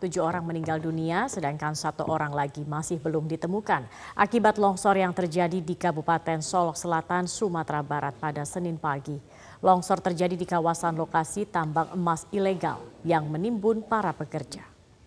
7 orang meninggal dunia, sedangkan 1 orang lagi masih belum ditemukan akibat longsor yang terjadi di Kabupaten Solok Selatan, Sumatera Barat pada Senin pagi. Longsor terjadi di kawasan lokasi tambang emas ilegal yang menimbun para pekerja.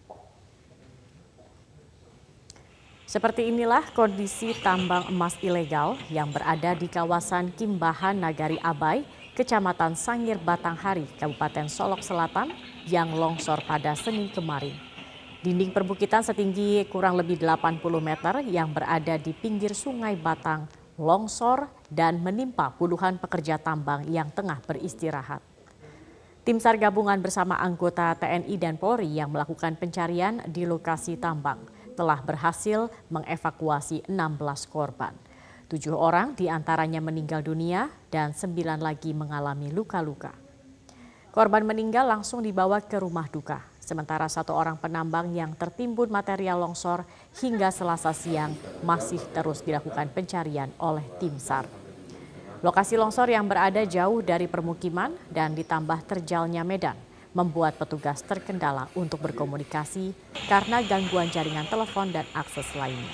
Seperti inilah kondisi tambang emas ilegal yang berada di kawasan Kimbahan Nagari Abai, Kecamatan Sangir Batanghari, Kabupaten Solok Selatan yang longsor pada Senin kemarin. Dinding perbukitan setinggi kurang lebih 80 meter yang berada di pinggir Sungai Batang longsor dan menimpa puluhan pekerja tambang yang tengah beristirahat. Tim SAR gabungan bersama anggota TNI dan Polri yang melakukan pencarian di lokasi tambang telah berhasil mengevakuasi 16 korban. 7 orang diantaranya meninggal dunia dan 9 lagi mengalami luka-luka. Korban meninggal langsung dibawa ke rumah duka, sementara 1 orang penambang yang tertimbun material longsor hingga Selasa siang masih terus dilakukan pencarian oleh tim SAR. Lokasi longsor yang berada jauh dari permukiman dan ditambah terjalnya medan membuat petugas terkendala untuk berkomunikasi karena gangguan jaringan telepon dan akses lainnya.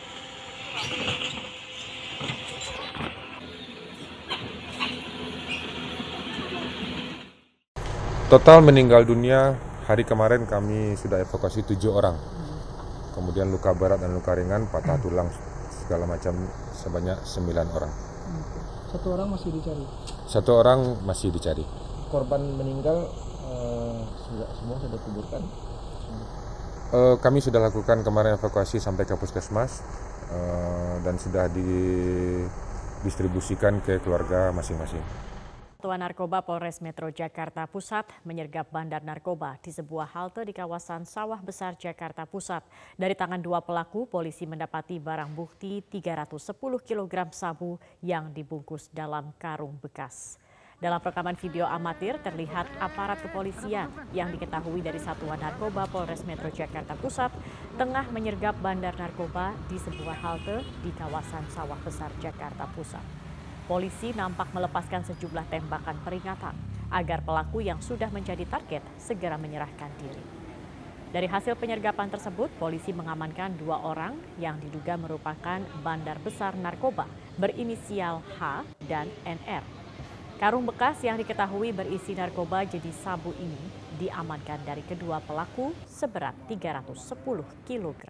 Total meninggal dunia hari kemarin kami sudah evakuasi 7 orang. Kemudian luka berat dan luka ringan, patah tulang segala macam sebanyak 9 orang. 1 orang masih dicari. 1 orang masih dicari. Korban meninggal semua sudah kuburkan. Kami sudah lakukan kemarin evakuasi sampai ke puskesmas dan sudah didistribusikan ke keluarga masing-masing. Satuan Narkoba Polres Metro Jakarta Pusat menyergap bandar narkoba di sebuah halte di kawasan Sawah Besar Jakarta Pusat. Dari tangan 2 pelaku, polisi mendapati barang bukti 310 kg sabu yang dibungkus dalam karung bekas. Dalam rekaman video amatir terlihat aparat kepolisian yang diketahui dari Satuan Narkoba Polres Metro Jakarta Pusat tengah menyergap bandar narkoba di sebuah halte di kawasan Sawah Besar Jakarta Pusat. Polisi nampak melepaskan sejumlah tembakan peringatan agar pelaku yang sudah menjadi target segera menyerahkan diri. Dari hasil penyergapan tersebut, polisi mengamankan 2 orang yang diduga merupakan bandar besar narkoba berinisial H dan NR. Karung bekas yang diketahui berisi narkoba jenis sabu ini diamankan dari kedua pelaku seberat 310 kg.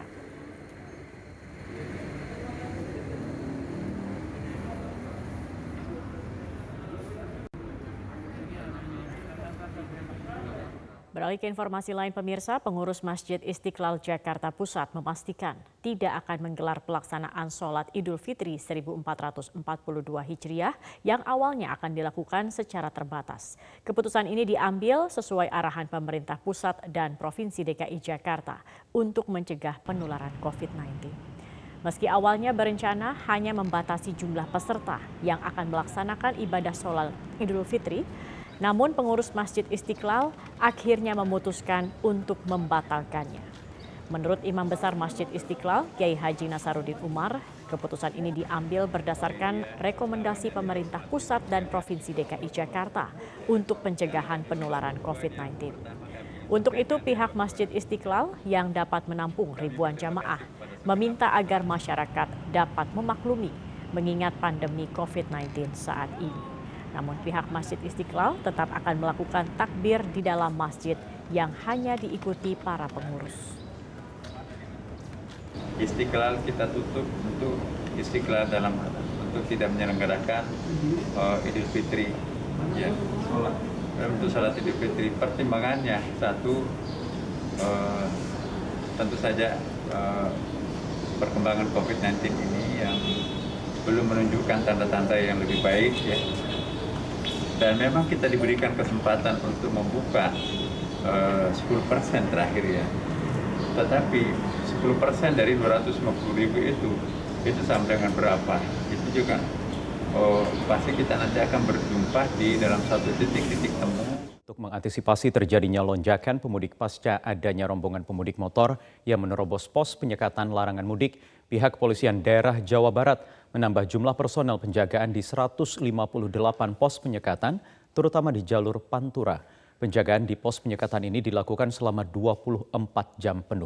Beralih ke informasi lain pemirsa, pengurus Masjid Istiqlal Jakarta Pusat memastikan tidak akan menggelar pelaksanaan sholat Idul Fitri 1442 Hijriah yang awalnya akan dilakukan secara terbatas. Keputusan ini diambil sesuai arahan pemerintah pusat dan Provinsi DKI Jakarta untuk mencegah penularan COVID-19. Meski awalnya berencana hanya membatasi jumlah peserta yang akan melaksanakan ibadah sholat Idul Fitri, namun pengurus Masjid Istiqlal akhirnya memutuskan untuk membatalkannya. Menurut Imam Besar Masjid Istiqlal, Kiai Haji Nasaruddin Umar, keputusan ini diambil berdasarkan rekomendasi pemerintah pusat dan Provinsi DKI Jakarta untuk pencegahan penularan COVID-19. Untuk itu pihak Masjid Istiqlal yang dapat menampung ribuan jamaah meminta agar masyarakat dapat memaklumi mengingat pandemi COVID-19 saat ini. Namun pihak Masjid Istiqlal tetap akan melakukan takbir di dalam masjid yang hanya diikuti para pengurus. Istiqlal kita tutup untuk Istiqlal untuk tidak menyelenggarakan Idul Fitri. Ya, untuk sholat Idul Fitri pertimbangannya satu, tentu saja perkembangan COVID-19 ini yang belum menunjukkan tanda-tanda yang lebih baik ya. Dan memang kita diberikan kesempatan untuk membuka 10% terakhir ya. Tetapi 10% dari 250.000 itu sama dengan berapa? Itu juga pasti kita nanti akan berjumpa di dalam satu titik temu. Untuk mengantisipasi terjadinya lonjakan pemudik pasca adanya rombongan pemudik motor yang menerobos pos penyekatan larangan mudik, pihak kepolisian daerah Jawa Barat menambah jumlah personel penjagaan di 158 pos penyekatan, terutama di jalur Pantura. Penjagaan di pos penyekatan ini dilakukan selama 24 jam penuh.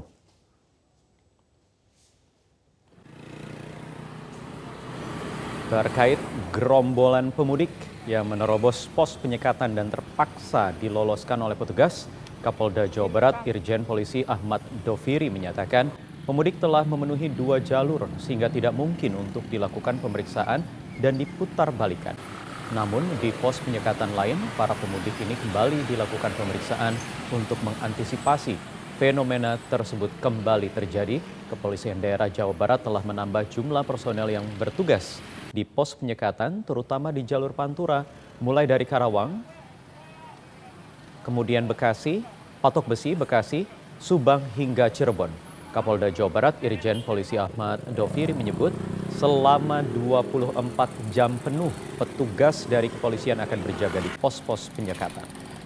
Terkait gerombolan pemudik yang menerobos pos penyekatan dan terpaksa diloloskan oleh petugas, Kapolda Jawa Barat Irjen Polisi Ahmad Doviri menyatakan pemudik telah memenuhi 2 jalur sehingga tidak mungkin untuk dilakukan pemeriksaan dan diputar balikan. Namun di pos penyekatan lain, para pemudik ini kembali dilakukan pemeriksaan untuk mengantisipasi fenomena tersebut kembali terjadi. Kepolisian daerah Jawa Barat telah menambah jumlah personel yang bertugas di pos penyekatan, terutama di jalur Pantura, mulai dari Karawang, kemudian Bekasi, Patok Besi, Bekasi, Subang hingga Cirebon. Kapolda Jawa Barat Irjen Polisi Ahmad Doviri menyebut selama 24 jam penuh petugas dari kepolisian akan berjaga di pos-pos penyekatan.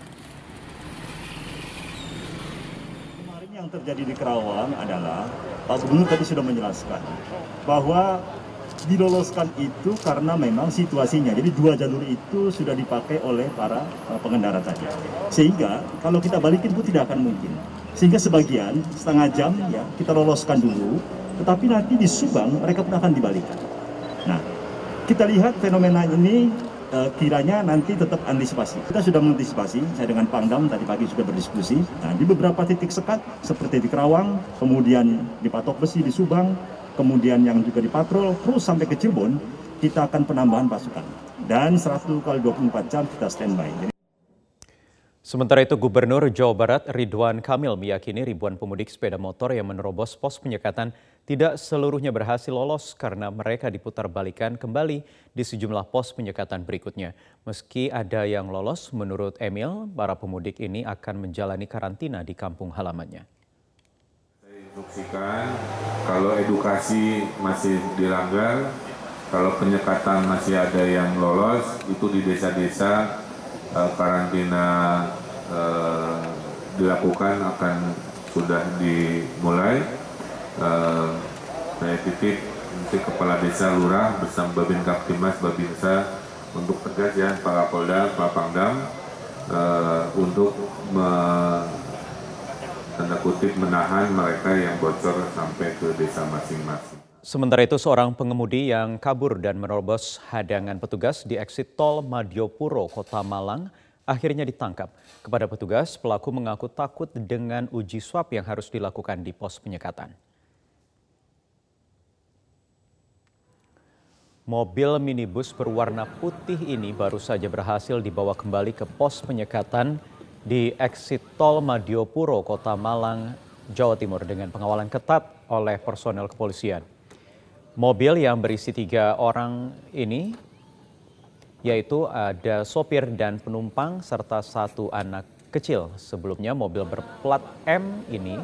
Kemarin yang terjadi di Karawang adalah Pak Gubernur tadi sudah menjelaskan bahwa diloloskan itu karena memang situasinya. Jadi 2 jalur itu sudah dipakai oleh para pengendara tadi. Sehingga kalau kita balikin itu tidak akan mungkin. Sehingga sebagian setengah jam ya kita loloskan dulu, tetapi nanti di Subang mereka pun akan dibalikan. Nah, kita lihat fenomena ini kiranya nanti tetap antisipasi. Kita sudah mengantisipasi, saya dengan Pangdam tadi pagi sudah berdiskusi. Nah, di beberapa titik sekat seperti di Karawang, kemudian di Patok Besi di Subang, kemudian yang juga dipatrol, terus sampai ke Cirebon, kita akan penambahan pasukan. Dan 1 kali 24 jam kita standby. Sementara itu, Gubernur Jawa Barat Ridwan Kamil meyakini ribuan pemudik sepeda motor yang menerobos pos penyekatan tidak seluruhnya berhasil lolos karena mereka diputar balikan kembali di sejumlah pos penyekatan berikutnya. Meski ada yang lolos, menurut Emil, para pemudik ini akan menjalani karantina di kampung halamannya. Instruksikan kalau edukasi masih dilanggar, kalau penyekatan masih ada yang lolos, itu di desa-desa karantina dilakukan akan sudah dimulai. Saya titip nanti Kepala Desa Lurah bersama Babin Kaptimas Babinsa untuk tegas ya Pak Kapolda, Pak Pangdam untuk tanda kutip menahan mereka yang bocor sampai ke desa masing-masing. Sementara itu, seorang pengemudi yang kabur dan menerobos hadangan petugas di eksit tol Madiopuro, Kota Malang, akhirnya ditangkap. Kepada petugas, pelaku mengaku takut dengan uji swab yang harus dilakukan di pos penyekatan. Mobil minibus berwarna putih ini baru saja berhasil dibawa kembali ke pos penyekatan di eksit tol Madiopuro, Kota Malang, Jawa Timur dengan pengawalan ketat oleh personel kepolisian. Mobil yang berisi 3 orang ini, yaitu ada sopir dan penumpang serta 1 anak kecil. Sebelumnya mobil berplat M ini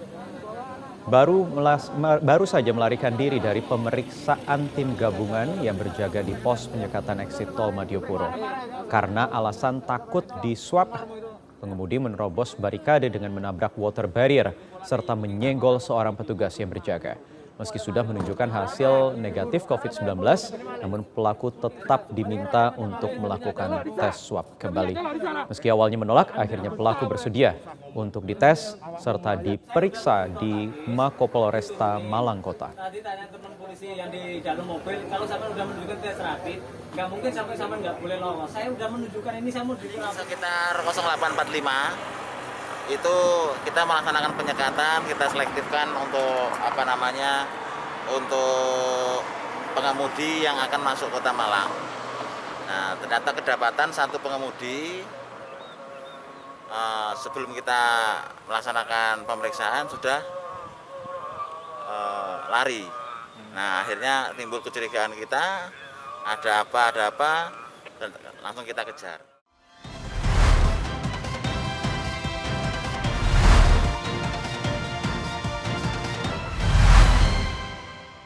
baru saja melarikan diri dari pemeriksaan tim gabungan yang berjaga di pos penyekatan eksit tol Madiopuro. Karena alasan takut diswab, pengemudi menerobos barikade dengan menabrak water barrier serta menyenggol seorang petugas yang berjaga. Meski sudah menunjukkan hasil negatif COVID-19, namun pelaku tetap diminta untuk melakukan tes swab kembali. Meski awalnya menolak, akhirnya pelaku bersedia untuk dites serta diperiksa di Mako Polresta Malang Kota. Tadi tanya teman polisi yang di dalam mobil, kalau sampai udah menunjukkan tes rapid, nggak mungkin sampai nggak boleh lolos. Saya udah menunjukkan ini, saya mau menunjukkan sekitar 0845. Itu kita melaksanakan penyekatan, kita selektifkan untuk untuk pengemudi yang akan masuk Kota Malang. Nah, ternyata kedapatan 1 pengemudi sebelum kita melaksanakan pemeriksaan sudah lari. Nah, akhirnya timbul kecurigaan kita, ada apa, dan langsung kita kejar.